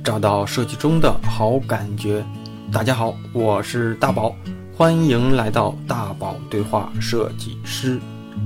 找到设计中的好感觉。大家好，我是大宝，欢迎来到大宝对话设计师。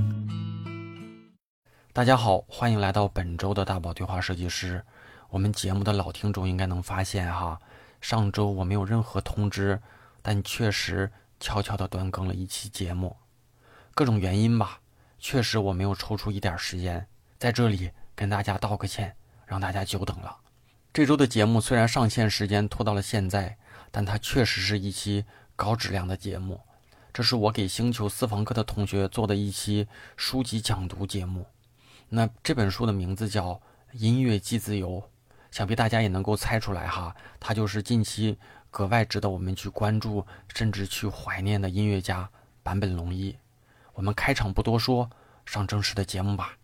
大家好，欢迎来到本周的大宝对话设计师。我们节目的老听众应该能发现上周我没有任何通知，但确实悄悄地断更了一期节目。各种原因吧，确实我没有抽出一点时间，在这里跟大家道个歉，让大家久等了。这周的节目虽然上线时间拖到了现在，但它确实是一期高质量的节目。这是我给星球私房课的同学做的一期书籍讲读节目。那这本书的名字叫《音乐即自由》，想必大家也能够猜出来它就是近期格外值得我们去关注甚至去怀念的音乐家坂本龙一。我们开场不多说，上正式的节目吧。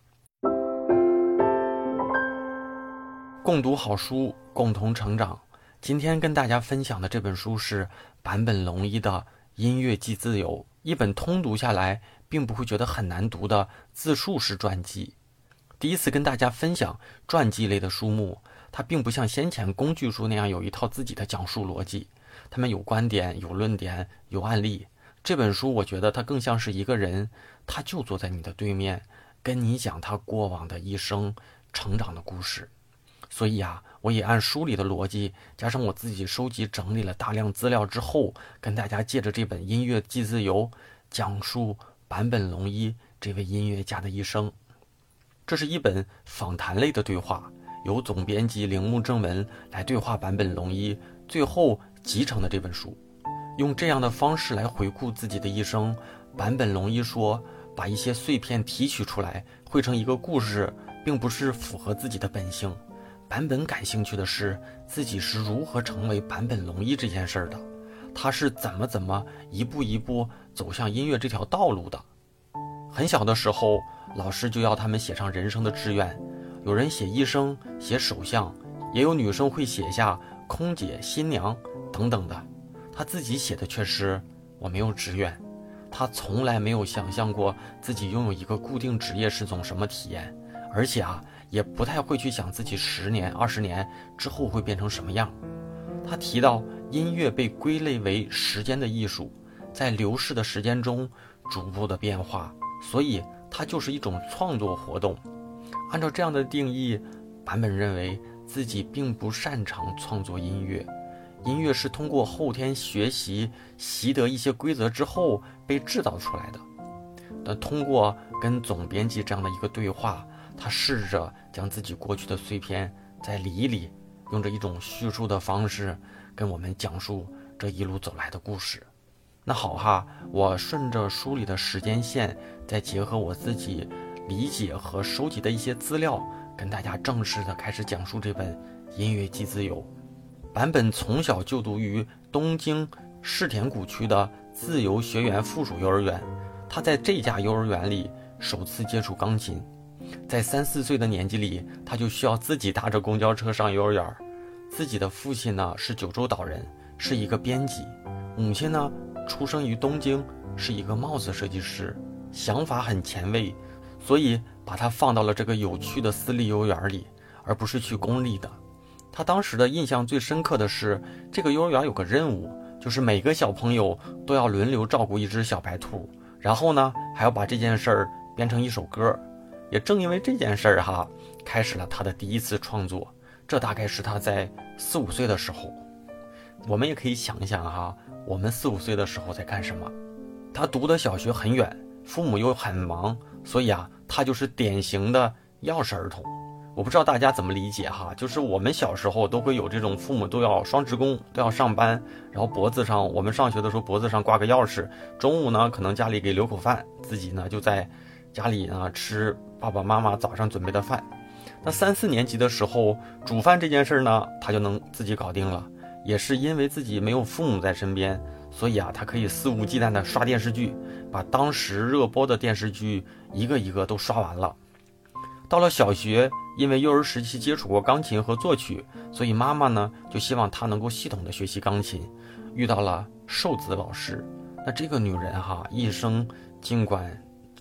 共读好书，共同成长。今天跟大家分享的这本书是坂本龙一的《音乐即自由》，一本通读下来并不会觉得很难读的自述式传记。第一次跟大家分享传记类的书目，它并不像先前工具书那样有一套自己的讲述逻辑，他们有观点、有论点、有案例。这本书我觉得它更像是一个人，他就坐在你的对面，跟你讲他过往的一生成长的故事。所以我也按书里的逻辑，加上我自己收集整理了大量资料之后，跟大家借着这本《音乐即自由》讲述坂本龙一这位音乐家的一生。这是一本访谈类的对话，由总编辑铃木正文来对话坂本龙一，最后集成的这本书。用这样的方式来回顾自己的一生，坂本龙一说，把一些碎片提取出来汇成一个故事，并不是符合自己的本性。坂本感兴趣的是自己是如何成为坂本龙一这件事的，他是怎么一步一步走向音乐这条道路的。很小的时候，老师就要他们写上人生的志愿，有人写医生、写首相，也有女生会写下空姐、新娘等等的。他自己写的却是我没有志愿。他从来没有想象过自己拥有一个固定职业是种什么体验，而且也不太会去想自己10年、20年之后会变成什么样。他提到音乐被归类为时间的艺术，在流逝的时间中逐步的变化，所以它就是一种创作活动。按照这样的定义，坂本认为自己并不擅长创作音乐，音乐是通过后天学习习得一些规则之后被制造出来的。但通过跟总编辑这样的一个对话，他试着将自己过去的碎片再理一理，用着一种叙述的方式跟我们讲述这一路走来的故事。那好我顺着书里的时间线，再结合我自己理解和收集的一些资料，跟大家正式的开始讲述这本《音乐即自由》。坂本从小就读于东京世田谷区的自由学园附属幼儿园，他在这家幼儿园里首次接触钢琴。在3、4岁的年纪里，他就需要自己搭着公交车上幼儿园。自己的父亲呢是九州岛人，是一个编辑；母亲呢出生于东京，是一个帽子设计师，想法很前卫，所以把他放到了这个有趣的私立幼儿园里，而不是去公立的。他当时的印象最深刻的是，这个幼儿园有个任务，就是每个小朋友都要轮流照顾一只小白兔，然后呢还要把这件事儿编成一首歌。也正因为这件事儿开始了他的第一次创作，这大概是他在4、5岁的时候。我们也可以想一想我们4、5岁的时候在干什么。他读的小学很远，父母又很忙，所以他就是典型的钥匙儿童。我不知道大家怎么理解就是我们小时候都会有这种父母都要双职工，都要上班，然后脖子上，我们上学的时候脖子上挂个钥匙，中午呢可能家里给留口饭，自己呢就在家里呢吃爸爸妈妈早上准备的饭。那3、4年级的时候，煮饭这件事呢他就能自己搞定了。也是因为自己没有父母在身边，所以他可以肆无忌惮地刷电视剧，把当时热播的电视剧一个一个都刷完了。到了小学，因为幼儿时期接触过钢琴和作曲，所以妈妈呢就希望他能够系统的学习钢琴，遇到了寿子老师。那这个女人一生尽管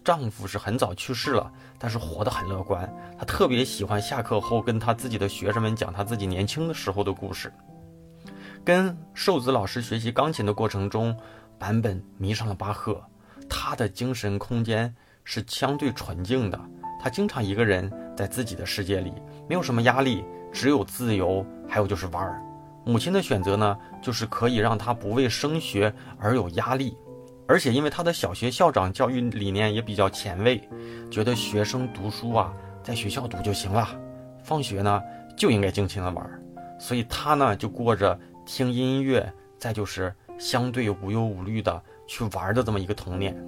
丈夫是很早去世了，但是活得很乐观。她特别喜欢下课后跟她自己的学生们讲她自己年轻的时候的故事。跟瘦子老师学习钢琴的过程中，坂本迷上了巴赫。他的精神空间是相对纯净的，他经常一个人在自己的世界里，没有什么压力，只有自由，还有就是玩。母亲的选择呢，就是可以让他不为升学而有压力，而且因为他的小学校长教育理念也比较前卫，觉得学生读书啊，在学校读就行了，放学呢就应该尽情的玩，所以他呢就过着听音乐，再就是相对无忧无虑的去玩的这么一个童年。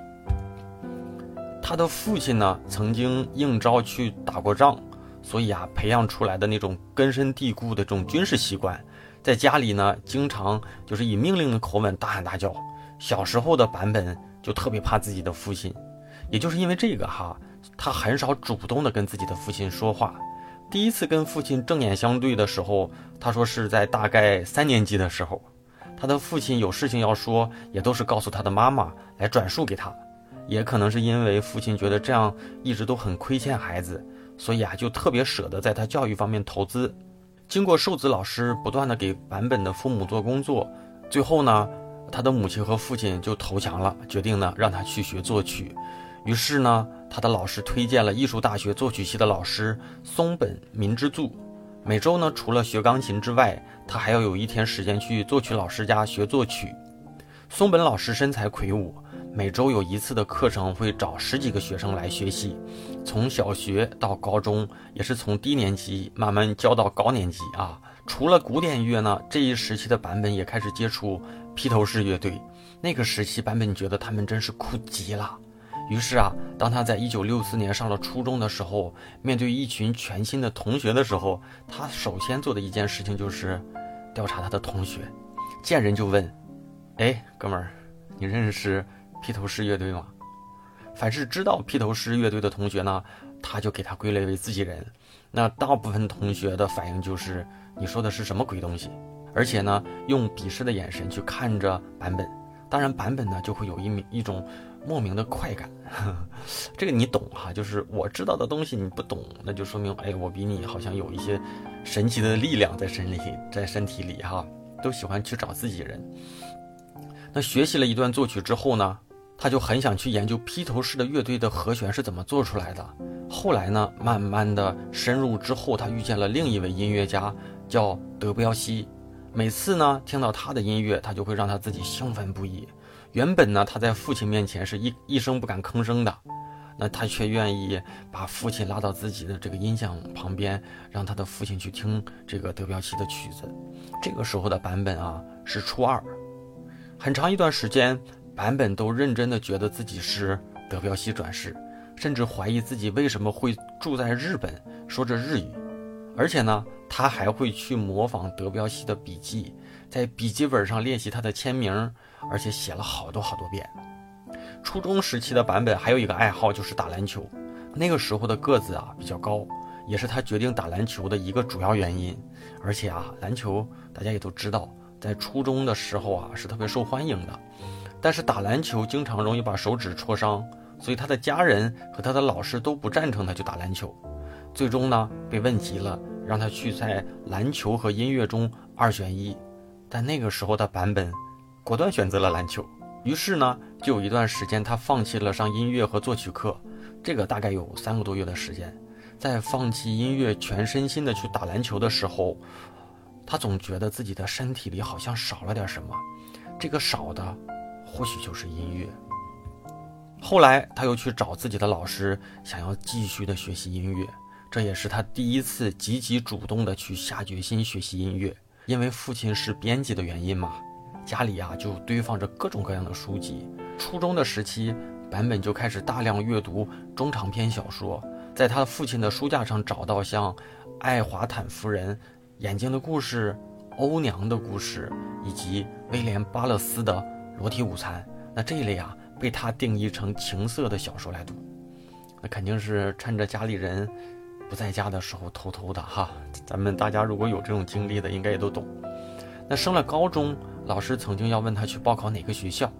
他的父亲呢曾经应召去打过仗，所以啊培养出来的那种根深蒂固的这种军事习惯，在家里呢经常就是以命令的口吻大喊大叫。小时候的坂本就特别怕自己的父亲，也就是因为这个他很少主动的跟自己的父亲说话。第一次跟父亲正眼相对的时候，他说是在大概3年级的时候，他的父亲有事情要说，也都是告诉他的妈妈来转述给他。也可能是因为父亲觉得这样一直都很亏欠孩子，所以就特别舍得在他教育方面投资。经过瘦子老师不断的给坂本的父母做工作，最后呢他的母亲和父亲就投降了，决定呢让他去学作曲。于是呢他的老师推荐了艺术大学作曲系的老师松本明之助。每周呢除了学钢琴之外，他还要有1天时间去作曲老师家学作曲。松本老师身材魁梧，每周有1次的课程会找10几个学生来学习，从小学到高中，也是从低年级慢慢教到高年级除了古典乐呢，这一时期的坂本也开始接触披头士乐队。那个时期坂本觉得他们真是酷极了。于是当他在1964年上了初中的时候，面对一群全新的同学的时候，他首先做的一件事情就是调查他的同学，见人就问：哎，哥们儿，你认识披头士乐队吗？凡是知道披头士乐队的同学呢，他就给他归类为自己人。那大部分同学的反应就是：你说的是什么鬼东西？而且呢，用鄙视的眼神去看着坂本。当然坂本呢就会有一种莫名的快感，这个你懂就是我知道的东西你不懂，那就说明我比你好像有一些神奇的力量在身体里都喜欢去找自己人。那学习了一段作曲之后呢，他就很想去研究披头士的乐队的和弦是怎么做出来的。后来呢，慢慢的深入之后，他遇见了另一位音乐家，叫德彪西。每次呢听到他的音乐，他就会让他自己兴奋不已。原本呢他在父亲面前是一声不敢吭声的，那他却愿意把父亲拉到自己的这个音响旁边，让他的父亲去听这个德彪西的曲子。这个时候的坂本是初2。很长一段时间，坂本都认真的觉得自己是德彪西转世，甚至怀疑自己为什么会住在日本，说着日语。而且呢他还会去模仿德彪西的笔记，在笔记本上练习他的签名，而且写了好多遍。初中时期的坂本还有一个爱好，就是打篮球。那个时候的个子比较高，也是他决定打篮球的一个主要原因。而且篮球大家也都知道，在初中的时候是特别受欢迎的。但是打篮球经常容易把手指戳伤，所以他的家人和他的老师都不赞成他去打篮球。最终呢被问及了，让他去在篮球和音乐中2选1。但那个时候的坂本果断选择了篮球。于是呢就有一段时间他放弃了上音乐和作曲课，这个大概有3个多月的时间。在放弃音乐全身心的去打篮球的时候，他总觉得自己的身体里好像少了点什么，这个少的或许就是音乐。后来他又去找自己的老师，想要继续的学习音乐。这也是他第一次积极主动的去下决心学习音乐。因为父亲是编辑的原因嘛，家里就堆放着各种各样的书籍。初中的时期，坂本就开始大量阅读中长篇小说，在他父亲的书架上找到像爱华坦夫人、眼睛的故事、欧娘的故事，以及威廉巴勒斯的裸体午餐。那这一类被他定义成情色的小说来读。那肯定是趁着家里人不在家的时候偷偷的咱们大家如果有这种经历的应该也都懂。那升了高中，老师曾经要问他去报考哪个学校，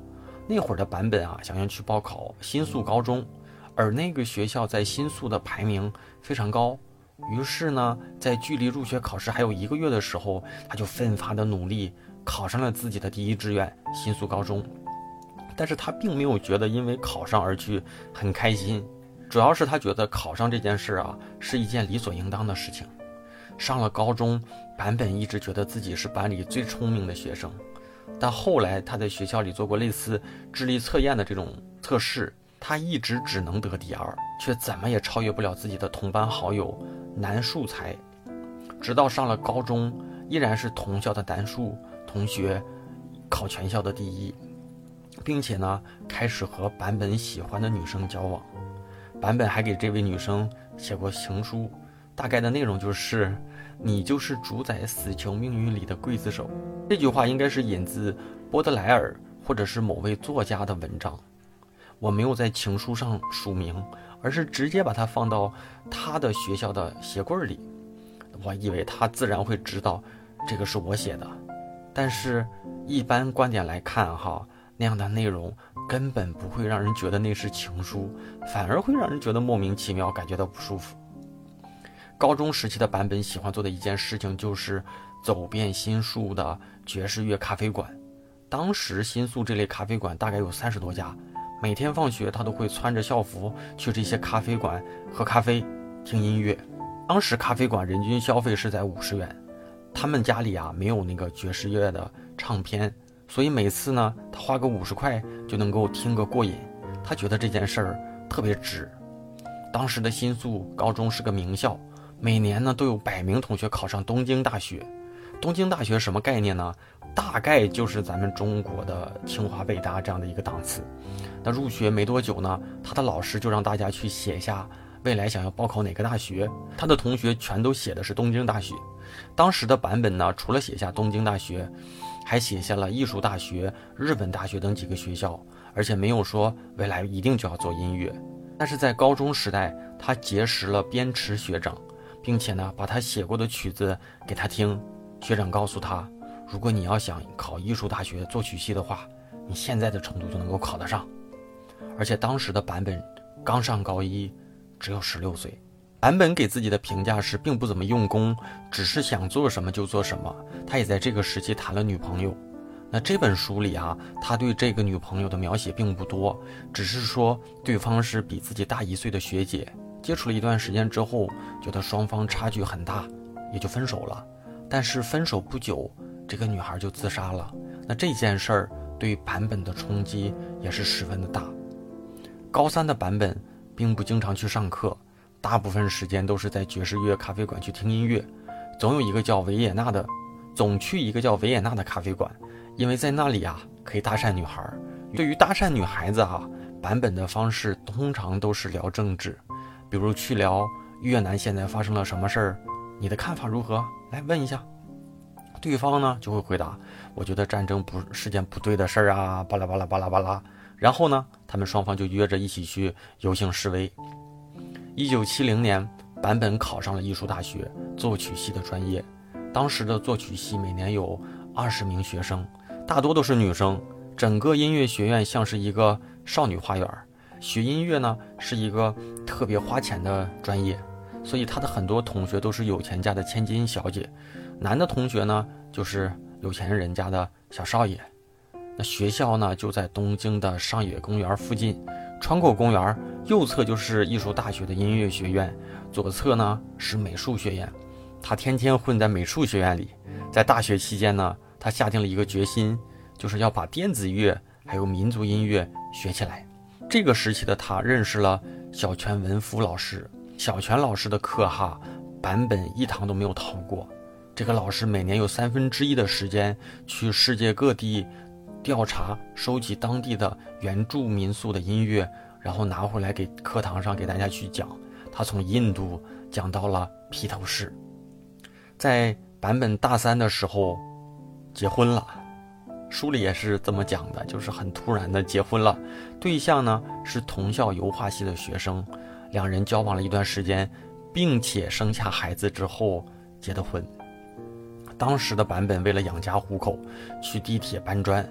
那会儿的坂本啊，想要去报考新宿高中，而那个学校在新宿的排名非常高。于是呢，在距离入学考试还有1个月的时候，他就奋发的努力，考上了自己的第一志愿新宿高中。但是他并没有觉得因为考上而去很开心，主要是他觉得考上这件事啊，是一件理所应当的事情。上了高中，坂本一直觉得自己是班里最聪明的学生，但后来他在学校里做过类似智力测验的这种测试，他一直只能得第2，却怎么也超越不了自己的同班好友南树才。直到上了高中，依然是同校的南树同学考全校的第1，并且呢，开始和坂本喜欢的女生交往。坂本还给这位女生写过情书，大概的内容就是你就是主宰死囚命运里的刽子手。这句话应该是引自波德莱尔或者是某位作家的文章，我没有在情书上署名，而是直接把它放到他的学校的鞋柜里。我以为他自然会知道这个是我写的，但是一般观点来看哈，那样的内容根本不会让人觉得那是情书，反而会让人觉得莫名其妙，感觉到不舒服。高中时期的坂本喜欢做的一件事情就是走遍新宿的爵士乐咖啡馆。当时新宿这类咖啡馆大概有30多家，每天放学他都会穿着校服去这些咖啡馆喝咖啡听音乐。当时咖啡馆人均消费是在50元，他们家里啊没有那个爵士乐的唱片，所以每次呢他花个50块就能够听个过瘾，他觉得这件事儿特别值。当时的新宿高中是个名校，每年呢都有100名同学考上东京大学。东京大学什么概念呢？大概就是咱们中国的清华北大这样的一个档次。那入学没多久呢，他的老师就让大家去写下未来想要报考哪个大学，他的同学全都写的是东京大学。当时的坂本呢，除了写下东京大学，还写下了艺术大学、日本大学等几个学校，而且没有说未来一定就要做音乐。但是在高中时代，他结识了编池学长，并且呢把他写过的曲子给他听。学长告诉他，如果你要想考艺术大学作曲系的话，你现在的程度就能够考得上。而且当时的坂本刚上高1，只有16岁。坂本给自己的评价是并不怎么用功，只是想做什么就做什么。他也在这个时期谈了女朋友。那这本书里啊，他对这个女朋友的描写并不多，只是说对方是比自己大1岁的学姐，接触了一段时间之后，觉得双方差距很大，也就分手了。但是分手不久，这个女孩就自杀了。那这件事儿对坂本的冲击也是十分的大。高3的坂本并不经常去上课，大部分时间都是在爵士乐咖啡馆去听音乐，总去一个叫维也纳的咖啡馆，因为在那里啊可以搭讪女孩。对于搭讪女孩子啊，坂本的方式通常都是聊政治，比如去聊越南现在发生了什么事儿，你的看法如何？来问一下。对方呢就会回答，我觉得战争是件不对的事儿啊，巴拉巴拉巴拉巴拉。然后呢，他们双方就约着一起去游行示威。1970年，坂本考上了艺术大学作曲系的专业。当时的作曲系每年有20名学生，大多都是女生。整个音乐学院像是一个少女花园。学音乐呢是一个特别花钱的专业，所以他的很多同学都是有钱家的千金小姐，男的同学呢就是有钱人家的小少爷。那学校呢就在东京的上野公园附近，穿过公园，右侧就是艺术大学的音乐学院，左侧呢是美术学院。他天天混在美术学院里。在大学期间呢，他下定了一个决心，就是要把电子乐还有民族音乐学起来。这个时期的他认识了小泉文夫老师。小泉老师的课哈，坂本一堂都没有逃过。这个老师每年有1/3的时间去世界各地调查收集当地的原住民族的音乐，然后拿回来给课堂上给大家去讲。他从印度讲到了披头士。在坂本大3的时候结婚了，书里也是这么讲的，就是很突然的结婚了。对象呢是同校油画系的学生，两人交往了一段时间，并且生下孩子之后结的婚。当时的坂本为了养家糊口，去地铁搬砖，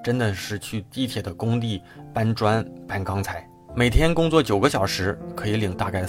真的是去地铁的工地搬砖搬钢材，每天工作9个小时，可以领大概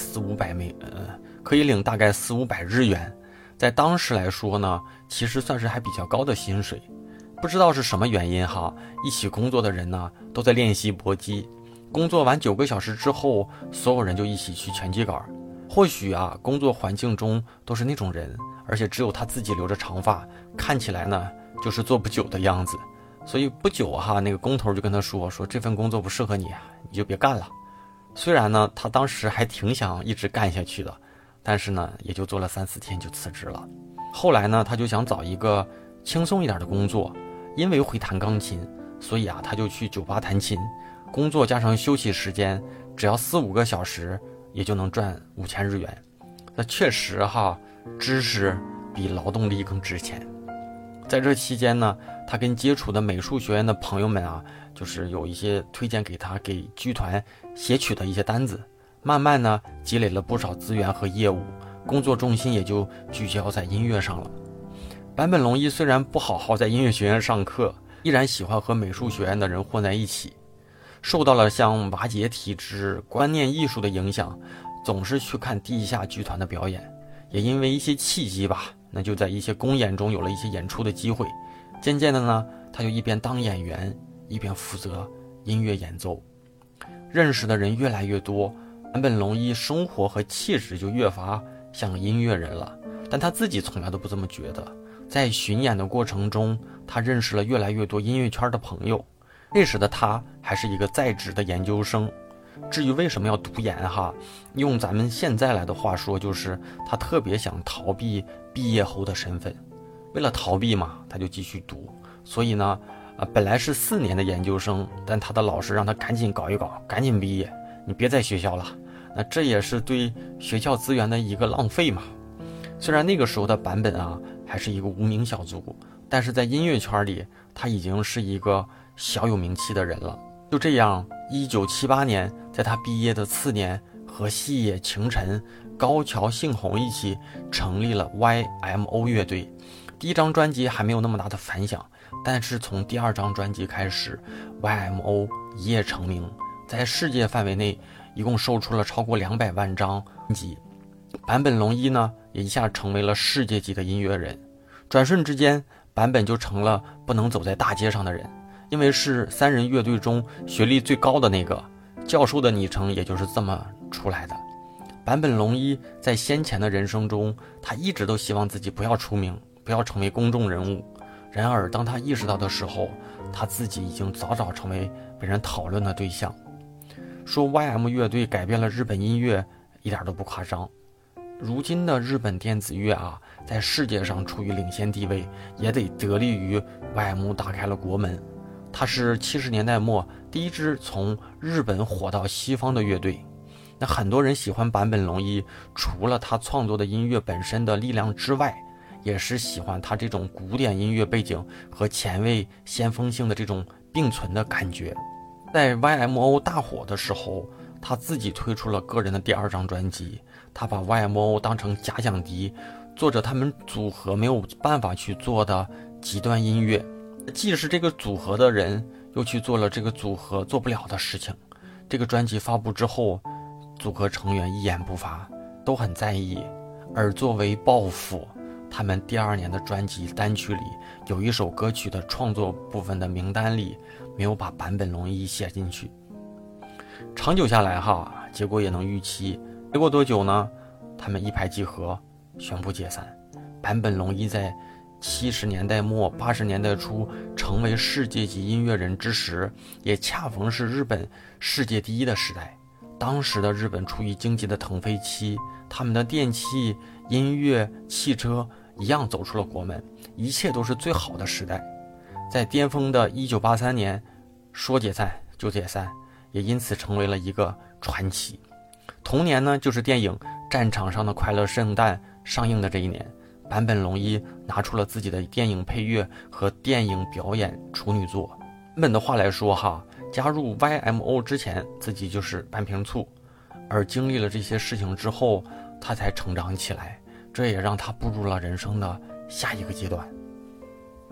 400-500日元，在当时来说呢，其实算是还比较高的薪水。不知道是什么原因哈，一起工作的人呢都在练习搏击，工作完9个小时之后，所有人就一起去拳击杆。或许啊，工作环境中都是那种人，而且只有他自己留着长发，看起来呢就是做不久的样子。所以不久哈，那个工头就跟他说这份工作不适合你，你就别干了。虽然呢他当时还挺想一直干下去的，但是呢也就做了3-4天就辞职了。后来呢他就想找一个轻松一点的工作，因为会弹钢琴，所以啊他就去酒吧弹琴，工作加上休息时间只要4-5个小时也就能赚5000日元。那确实哈，知识比劳动力更值钱。在这期间呢，他跟接触的美术学院的朋友们啊，就是有一些推荐给他给剧团写曲的一些单子，慢慢呢积累了不少资源和业务，工作重心也就聚焦在音乐上了。坂本龙一虽然不好好在音乐学院上课，依然喜欢和美术学院的人混在一起，受到了像瓦解体制、观念艺术的影响，总是去看地下剧团的表演，也因为一些契机吧，那就在一些公演中有了一些演出的机会。渐渐的呢，他就一边当演员，一边负责音乐演奏，认识的人越来越多，坂本龙一生活和气质就越发像音乐人了。但他自己从来都不这么觉得。在巡演的过程中，他认识了越来越多音乐圈的朋友。那时的他还是一个在职的研究生。至于为什么要读研哈，用咱们现在来的话说，就是他特别想逃避毕业后的身份。为了逃避嘛，他就继续读。所以呢，本来是4年的研究生，但他的老师让他赶紧搞一搞，赶紧毕业，你别在学校了。那这也是对学校资源的一个浪费嘛。虽然那个时候的坂本啊还是一个无名小卒，但是在音乐圈里，他已经是一个小有名气的人了。就这样，1978年，在他毕业的次年，和细野晴臣、高桥幸宏一起成立了 YMO 乐队。第1张专辑还没有那么大的反响，但是从第2张专辑开始， YMO 一夜成名，在世界范围内一共售出了超过200万张专辑。坂本龙一呢，也一下成为了世界级的音乐人。转瞬之间，坂本就成了不能走在大街上的人，因为是3人乐队中学历最高的那个，教授的昵称也就是这么出来的。坂本龙一在先前的人生中，他一直都希望自己不要出名，不要成为公众人物。然而当他意识到的时候，他自己已经早早成为被人讨论的对象。说 YM 乐队改变了日本音乐一点都不夸张。如今的日本电子乐啊，在世界上处于领先地位，也得得力于 YM 打开了国门。它是70年代末第一支从日本火到西方的乐队。那很多人喜欢坂本龙一，除了他创作的音乐本身的力量之外，也是喜欢他这种古典音乐背景和前卫先锋性的这种并存的感觉。在 YMO 大火的时候，他自己推出了个人的第2张专辑，他把 YMO 当成假想敌，做着他们组合没有办法去做的极端音乐。既是这个组合的人，又去做了这个组合做不了的事情。这个专辑发布之后，组合成员一言不发，都很在意。而作为报复，他们第2年的专辑单曲里有一首歌曲的创作部分的名单里没有把坂本龙一写进去。长久下来哈，结果也能预期。没过多久呢，他们一拍即合，宣布解散。坂本龙一在70年代末80年代初成为世界级音乐人之时，也恰逢是日本世界第一的时代。当时的日本处于经济的腾飞期，他们的电器、音乐、汽车一样走出了国门，一切都是最好的时代。在巅峰的1983年，说解散就解散，也因此成为了一个传奇。同年呢，就是电影《战场上的快乐圣诞》上映的这一年，坂本龙一拿出了自己的电影配乐和电影表演处女作。根本的话来说哈，加入 YMO 之前，自己就是半瓶醋，而经历了这些事情之后，他才成长起来，这也让他步入了人生的下一个阶段。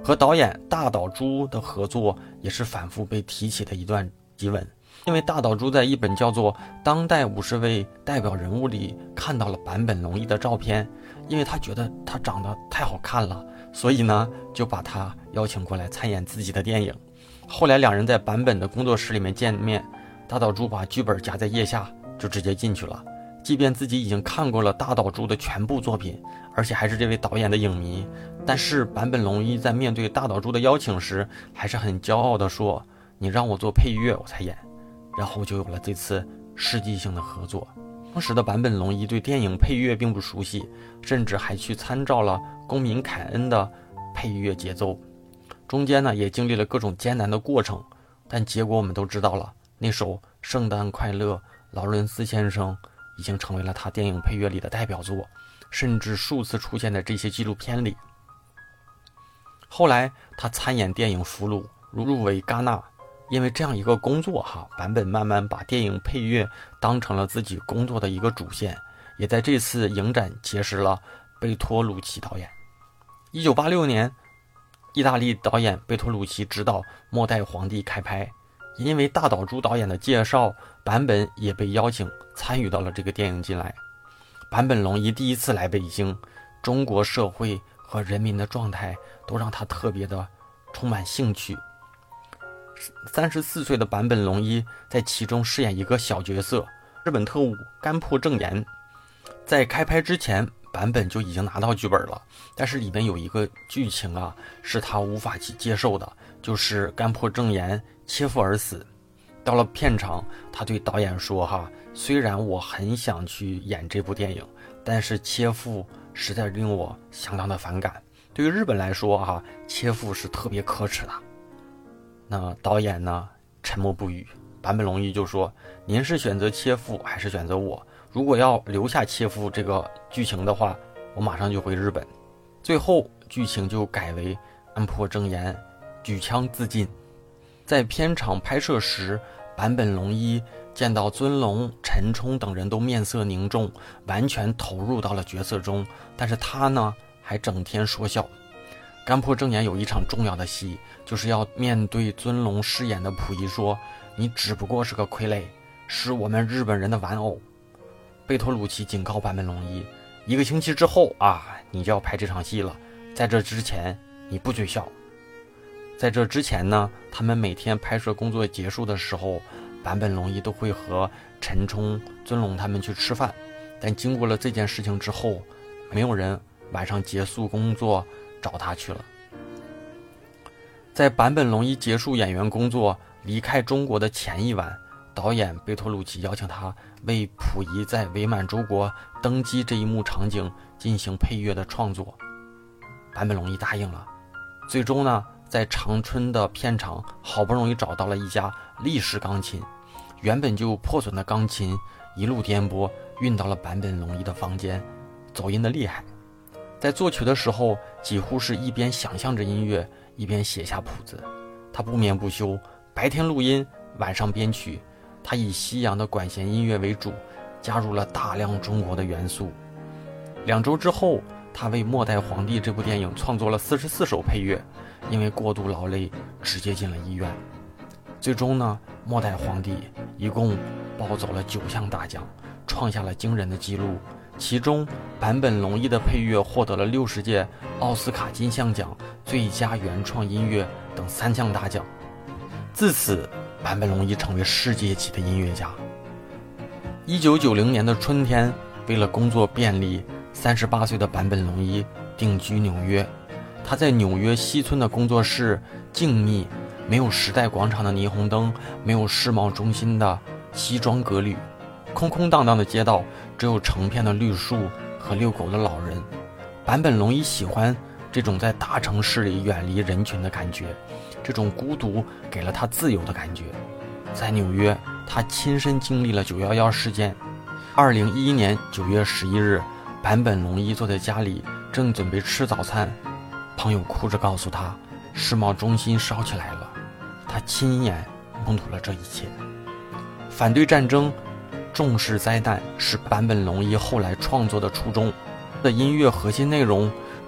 和导演大岛渚的合作也是反复被提起的一段檄文。因为大岛渚在一本叫做《当代50位代表人物》里看到了坂本龙一的照片，因为他觉得他长得太好看了，所以呢就把他邀请过来参演自己的电影。后来两人在坂本的工作室里面见面，大岛渚把剧本夹在腋下就直接进去了。即便自己已经看过了大岛渚的全部作品，而且还是这位导演的影迷，但是坂本龙一在面对大岛渚的邀请时还是很骄傲地说，你让我做配乐我才演。然后就有了这次世纪性的合作。当时的坂本龙一对电影配乐并不熟悉，甚至还去参照了宫民凯恩的配乐节奏，中间呢也经历了各种艰难的过程，但结果我们都知道了，那首《圣诞快乐》劳伦斯先生已经成为了他电影配乐里的代表作，甚至数次出现在这些纪录片里。后来他参演电影《俘虏》，入围戛纳。因为这样一个工作坂本慢慢把电影配乐当成了自己工作的一个主线，也在这次影展结识了贝托鲁奇导演。1986年，意大利导演贝托鲁奇执导《末代皇帝》开拍，因为大岛渚导演的介绍，坂本也被邀请参与到了这个电影进来。坂本龙一第一次来北京，中国社会和人民的状态都让他特别的充满兴趣。34岁的坂本龙一在其中饰演一个小角色，日本特务干破正言。在开拍之前，坂本就已经拿到剧本了，但是里面有一个剧情是他无法去接受的，就是干破正言切腹而死。到了片场，他对导演说虽然我很想去演这部电影，但是切腹实在令我相当的反感。对于日本来说切腹是特别可耻的。那导演呢沉默不语，坂本龙一就说，您是选择切腹还是选择我？如果要留下切腹这个剧情的话，我马上就回日本。最后剧情就改为干破正言举枪自尽。在片场拍摄时，坂本龙一见到尊龙、陈冲等人都面色凝重，完全投入到了角色中，但是他呢还整天说笑。干破正言有一场重要的戏，就是要面对尊龙饰演的溥仪说，你只不过是个傀儡，是我们日本人的玩偶。贝托鲁奇警告坂本龙一，1个星期之后你就要拍这场戏了，在这之前你不许笑。在这之前呢，他们每天拍摄工作结束的时候，坂本龙一都会和陈冲、尊龙他们去吃饭，但经过了这件事情之后，没有人晚上结束工作找他去了。在坂本龙一结束演员工作离开中国的前一晚，导演贝托鲁奇邀请他为溥仪在伪满洲国登基这一幕场景进行配乐的创作。坂本龙一答应了。最终呢，在长春的片场好不容易找到了一家立式钢琴，原本就破损的钢琴一路颠簸运到了坂本龙一的房间，走音的厉害。在作曲的时候，几乎是一边想象着音乐，一边写下谱子。他不眠不休，白天录音，晚上编曲。他以西洋的管弦音乐为主，加入了大量中国的元素。2周之后，他为《末代皇帝》这部电影创作了44首配乐，因为过度劳累，直接进了医院。最终呢，《末代皇帝》一共抱走了9项大奖，创下了惊人的纪录。其中坂本龙一的配乐获得了60届奥斯卡金像奖最佳原创音乐等3项大奖。自此，坂本龙一成为世界级的音乐家。1990年的春天，为了工作便利，38岁的坂本龙一定居纽约。他在纽约西村的工作室静谧，没有时代广场的霓虹灯，没有世贸中心的西装革履，空空荡荡的街道，只有成片的绿树和遛狗的老人。坂本龙一喜欢这种在大城市里远离人群的感觉，这种孤独给了他自由的感觉。在纽约，他亲身经历了911事件。2011年9月11日，坂本龙一坐在家里，正准备吃早餐，朋友哭着告诉他，世贸中心烧起来了。他亲眼目睹了这一切。反对战争，重视灾难，是坂本龙一后来创作的初衷。的音乐核心内容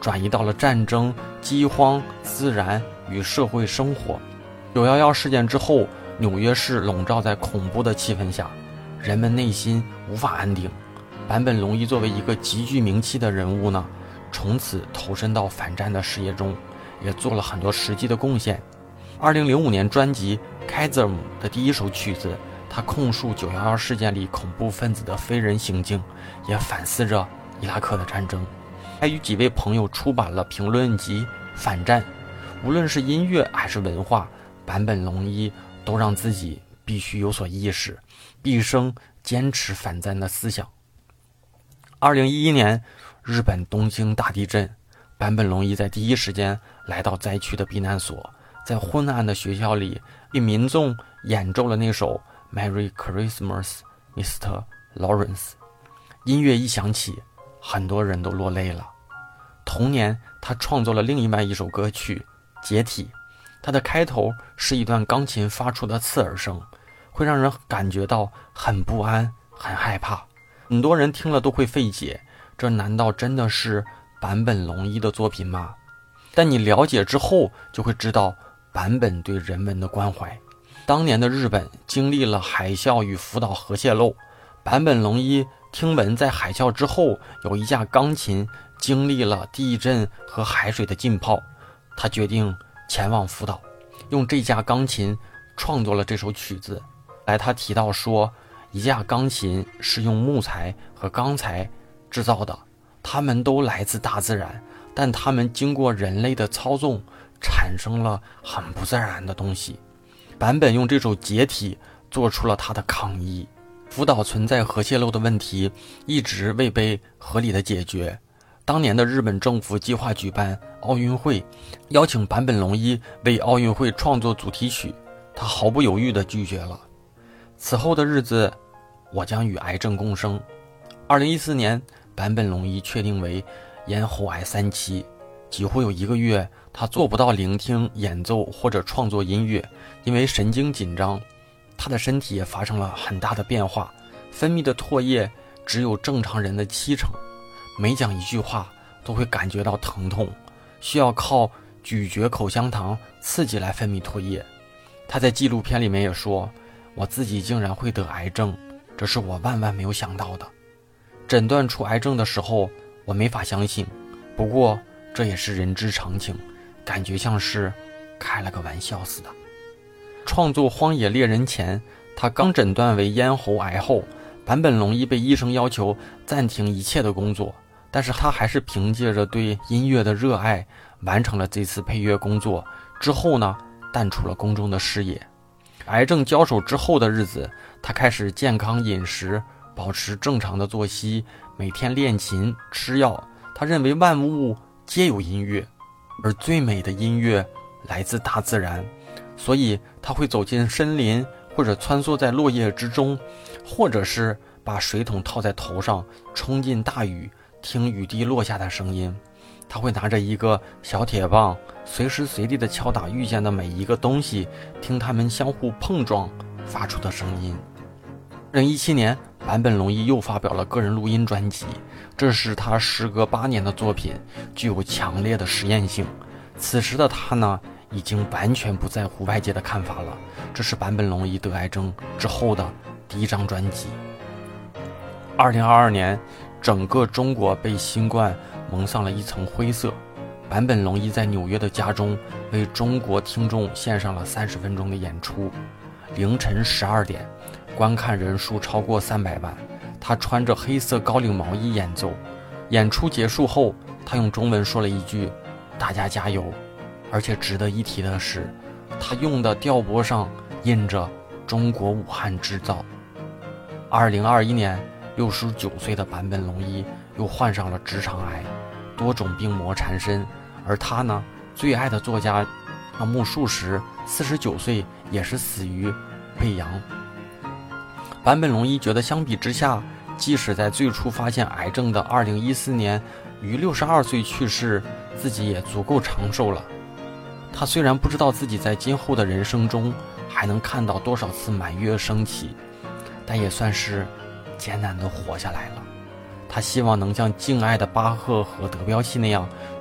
转移到了战争、饥荒、自然与社会生活。911事件之后，纽约市笼罩在恐怖的气氛下，人们内心无法安定。坂本龙一作为一个极具名气的人物呢，从此投身到反战的事业中，也做了很多实际的贡献。2005年专辑《Chasm》的第一首曲子，他控诉911事件里恐怖分子的非人行径，也反思着伊拉克的战争。还与几位朋友出版了评论集《反战》。无论是音乐还是文化，坂本龙一都让自己必须有所意识，毕生坚持反战的思想。2011年，日本东京大地震，坂本龙一在第一时间来到灾区的避难所，在昏暗的学校里为民众演奏了那首 Merry Christmas, Mr. Lawrence。 音乐一响起，很多人都落泪了。同年，他创作了另外一首歌曲《解体》，它的开头是一段钢琴发出的刺耳声，会让人感觉到很不安、很害怕。很多人听了都会费解，这难道真的是坂本龙一的作品吗？但你了解之后，就会知道坂本对人们的关怀。当年的日本经历了海啸与福岛核泄漏，坂本龙一听闻在海啸之后有一架钢琴经历了地震和海水的浸泡，他决定前往福岛，用这架钢琴创作了这首曲子。他提到说，一架钢琴是用木材和钢材制造的，它们都来自大自然，但它们经过人类的操纵，产生了很不自然的东西。坂本用这首《解体》做出了他的抗议。福岛存在核泄漏的问题一直未被合理的解决。当年的日本政府计划举办奥运会，邀请坂本龙一为奥运会创作主题曲，他毫不犹豫地拒绝了。此后的日子，我将与癌症共生。2014年，坂本龙一确定为咽喉癌3期，几乎有1个月，他做不到聆听、演奏或者创作音乐，因为神经紧张。他的身体也发生了很大的变化，分泌的唾液只有正常人的70%，每讲一句话都会感觉到疼痛，需要靠咀嚼口香糖刺激来分泌唾液。他在纪录片里面也说，我自己竟然会得癌症，这是我万万没有想到的。诊断出癌症的时候，我没法相信，不过这也是人之常情，感觉像是开了个玩笑似的。创作《荒野猎人》前，他刚诊断为咽喉癌后，坂本龙一被医生要求暂停一切的工作，但是他还是凭借着对音乐的热爱完成了这次配乐工作。之后呢，淡出了公众的视野。癌症交手之后的日子，他开始健康饮食，保持正常的作息，每天练琴、吃药。他认为万物皆有音乐，而最美的音乐来自大自然，所以他会走进森林，或者穿梭在落叶之中，或者是把水桶套在头上，冲进大雨，听雨滴落下的声音。他会拿着一个小铁棒，随时随地地敲打遇见的每一个东西，听它们相互碰撞发出的声音。2017年，坂本龙一又发表了个人录音专辑，这是他时隔8年的作品，具有强烈的实验性。此时的他呢，已经完全不在乎外界的看法了。这是坂本龙一得癌症之后的第一张专辑。2022年，整个中国被新冠蒙上了一层灰色。坂本龙一在纽约的家中为中国听众献上了30分钟的演出，凌晨12点，观看人数超过300万。他穿着黑色高领毛衣演奏。演出结束后，他用中文说了一句：“大家加油。”而且值得一提的是，他用的调拨上印着中国武汉制造。2021年，69岁的坂本龙一又患上了直肠癌，多种病魔缠身。而他呢，最爱的作家木树实49岁也是死于胃阳。坂本龙一觉得相比之下，即使在最初发现癌症的2014年于62岁去世，自己也足够长寿了。他虽然不知道自己在今后的人生中还能看到多少次满月升起，但也算是艰难地活下来了。他希望能像敬爱的巴赫和德彪西那样，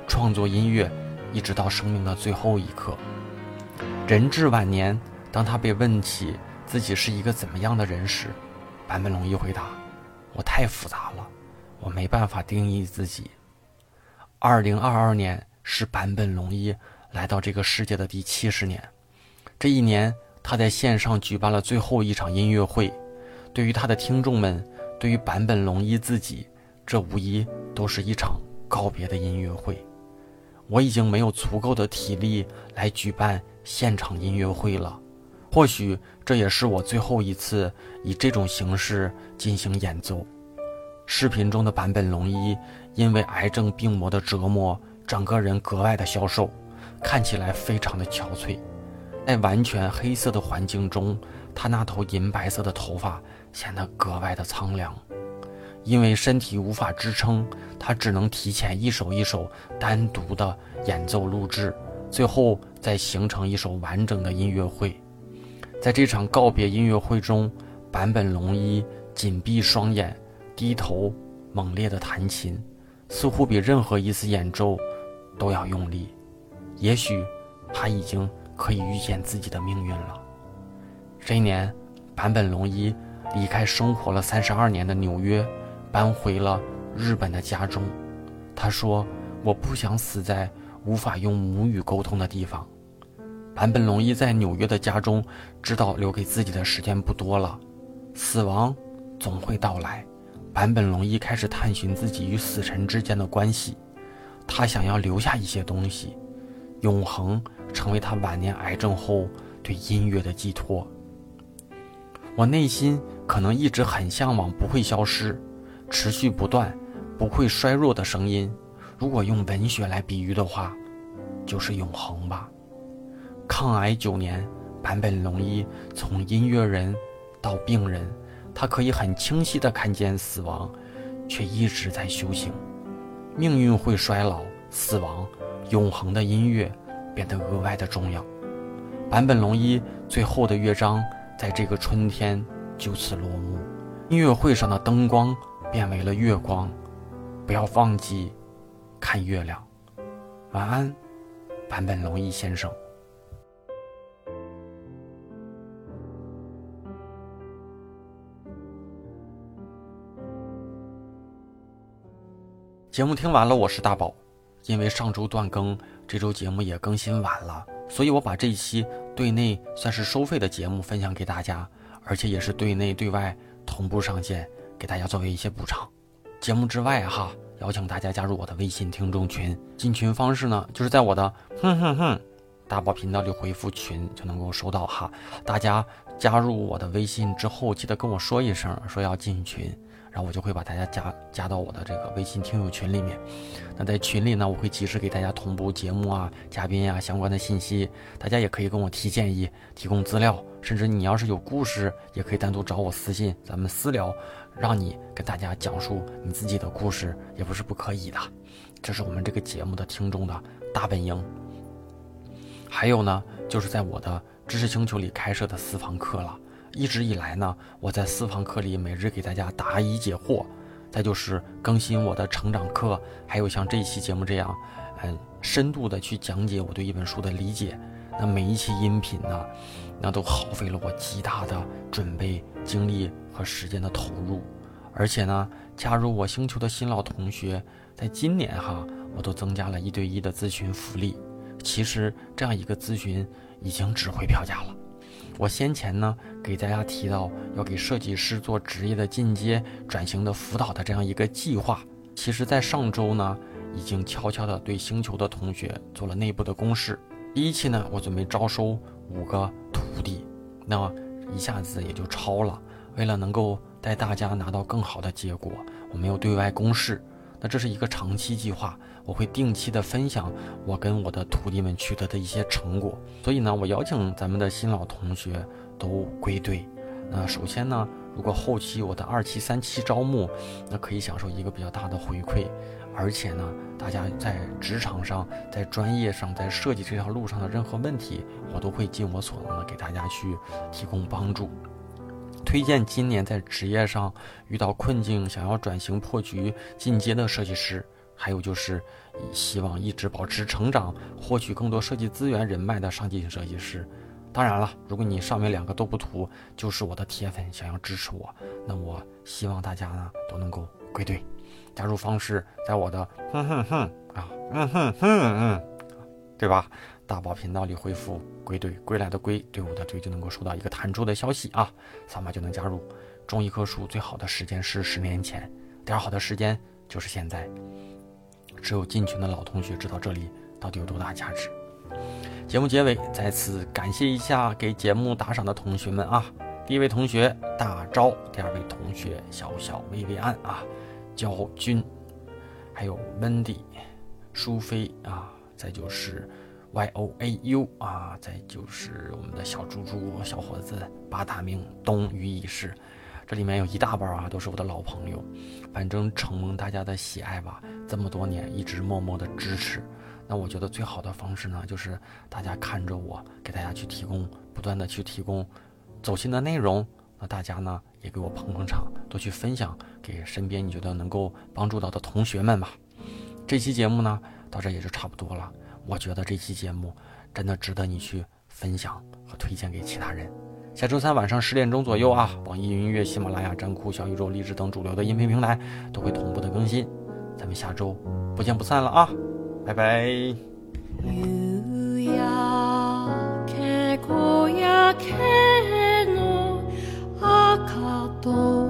创作音乐，一直到生命的最后一刻。人至晚年，当他被问起自己是一个怎么样的人时，坂本龙一回答：我太复杂了，我没办法定义自己。2022年是坂本龙一来到这个世界的第70年，这一年他在线上举办了最后一场音乐会。对于他的听众们，对于坂本龙一自己，这无疑都是一场告别的音乐会。我已经没有足够的体力来举办现场音乐会了，或许这也是我最后一次以这种形式进行演奏。视频中的坂本龙一因为癌症病魔的折磨，整个人格外的消瘦，看起来非常的憔悴。在完全黑色的环境中，他那头银白色的头发显得格外的苍凉。因为身体无法支撑，他只能提前一首一首单独的演奏录制，最后再形成一首完整的音乐会。在这场告别音乐会中，坂本龙一紧闭双眼，低头猛烈地弹琴，似乎比任何一次演奏都要用力。也许他已经可以预见自己的命运了。这一年，坂本龙一离开生活了32年的纽约，搬回了日本的家中。他说：我不想死在无法用母语沟通的地方。坂本龙一在纽约的家中知道留给自己的时间不多了，死亡总会到来。坂本龙一开始探寻自己与死神之间的关系，他想要留下一些东西，永恒成为他晚年癌症后对音乐的寄托。我内心可能一直很向往不会消失、持续不断、不会衰弱的声音，如果用文学来比喻的话，就是永恒吧。抗癌9年，坂本龙一从音乐人到病人，他可以很清晰地看见死亡，却一直在修行。命运会衰老，死亡，永恒的音乐变得格外的重要。坂本龙一最后的乐章在这个春天就此落幕，音乐会上的灯光变为了月光。不要忘记看月亮。晚安，坂本龙一先生。节目听完了，我是大宝。因为上周断更，这周节目也更新晚了，所以我把这一期对内算是收费的节目分享给大家，而且也是对内对外同步上线，给大家作为一些补偿。节目之外邀请大家加入我的微信听众群。进群方式呢，就是在我的大宝频道里回复群就能够收到大家加入我的微信之后，记得跟我说一声，说要进群，然后我就会把大家加到我的这个微信听友群里面。那在群里呢，我会及时给大家同步节目嘉宾相关的信息，大家也可以跟我提建议，提供资料，甚至你要是有故事，也可以单独找我私信，咱们私聊，让你跟大家讲述你自己的故事，也不是不可以的。这是我们这个节目的听众的大本营。还有呢，就是在我的知识星球里开设的私房课了。一直以来呢，我在私房课里每日给大家答疑解惑，再就是更新我的成长课，还有像这一期节目这样深度的去讲解我对一本书的理解。那每一期音频呢，那都耗费了我极大的准备精力和时间的投入。而且呢，加入我星球的新老同学，在今年我都增加了1对1的咨询福利。其实这样一个咨询已经值回票价了。我先前呢给大家提到要给设计师做职业的进阶转型的辅导的这样一个计划，其实在上周呢已经悄悄的对星球的同学做了内部的公示。第一期呢，我准备招收5个徒弟，那一下子也就超了。为了能够带大家拿到更好的结果，我没有对外公示。那这是一个长期计划，我会定期的分享我跟我的徒弟们取得的一些成果。所以呢，我邀请咱们的新老同学都归队。那首先呢，如果后期我的2期、3期招募，那可以享受一个比较大的回馈。而且呢，大家在职场上、在专业上、在设计这条路上的任何问题，我都会尽我所能的给大家去提供帮助。推荐今年在职业上遇到困境，想要转型破局进阶的设计师， 还有就是希望一直保持成长，获取更多设计资源人脉的上进型设计师。当然了，如果你上面2个都不涂，就是我的铁粉，想要支持我，那我希望大家呢都能够归队。加入方式在我的对吧？大宝频道里回复归队，归来的归，队伍的队，就能够收到一个弹出的消息啊，扫码就能加入。种一棵树最好的时间是10年前，第二好的时间就是现在。只有进群的老同学知道这里到底有多大价值。节目结尾再次感谢一下给节目打赏的同学们啊！第一位同学大招，第二位同学小小薇薇安啊，焦君，还有 Wendy、舒飞啊，再就是 YOAU 啊，再就是我们的小猪猪小伙子八大名东于已逝。这里面有一大半啊，都是我的老朋友，反正承蒙大家的喜爱吧，这么多年一直默默的支持。那我觉得最好的方式呢，就是大家看着我，给大家去提供，不断的去提供走心的内容。那大家呢，也给我捧场，多去分享给身边你觉得能够帮助到的同学们吧。这期节目呢，到这也就差不多了。我觉得这期节目真的值得你去分享和推荐给其他人。下周三晚上10点钟左右啊，网易云音乐、喜马拉雅、站酷、小宇宙、荔枝等主流的音频平台都会同步的更新。咱们下周不見不散了啊！拜拜。夕焼け小焼けの赤と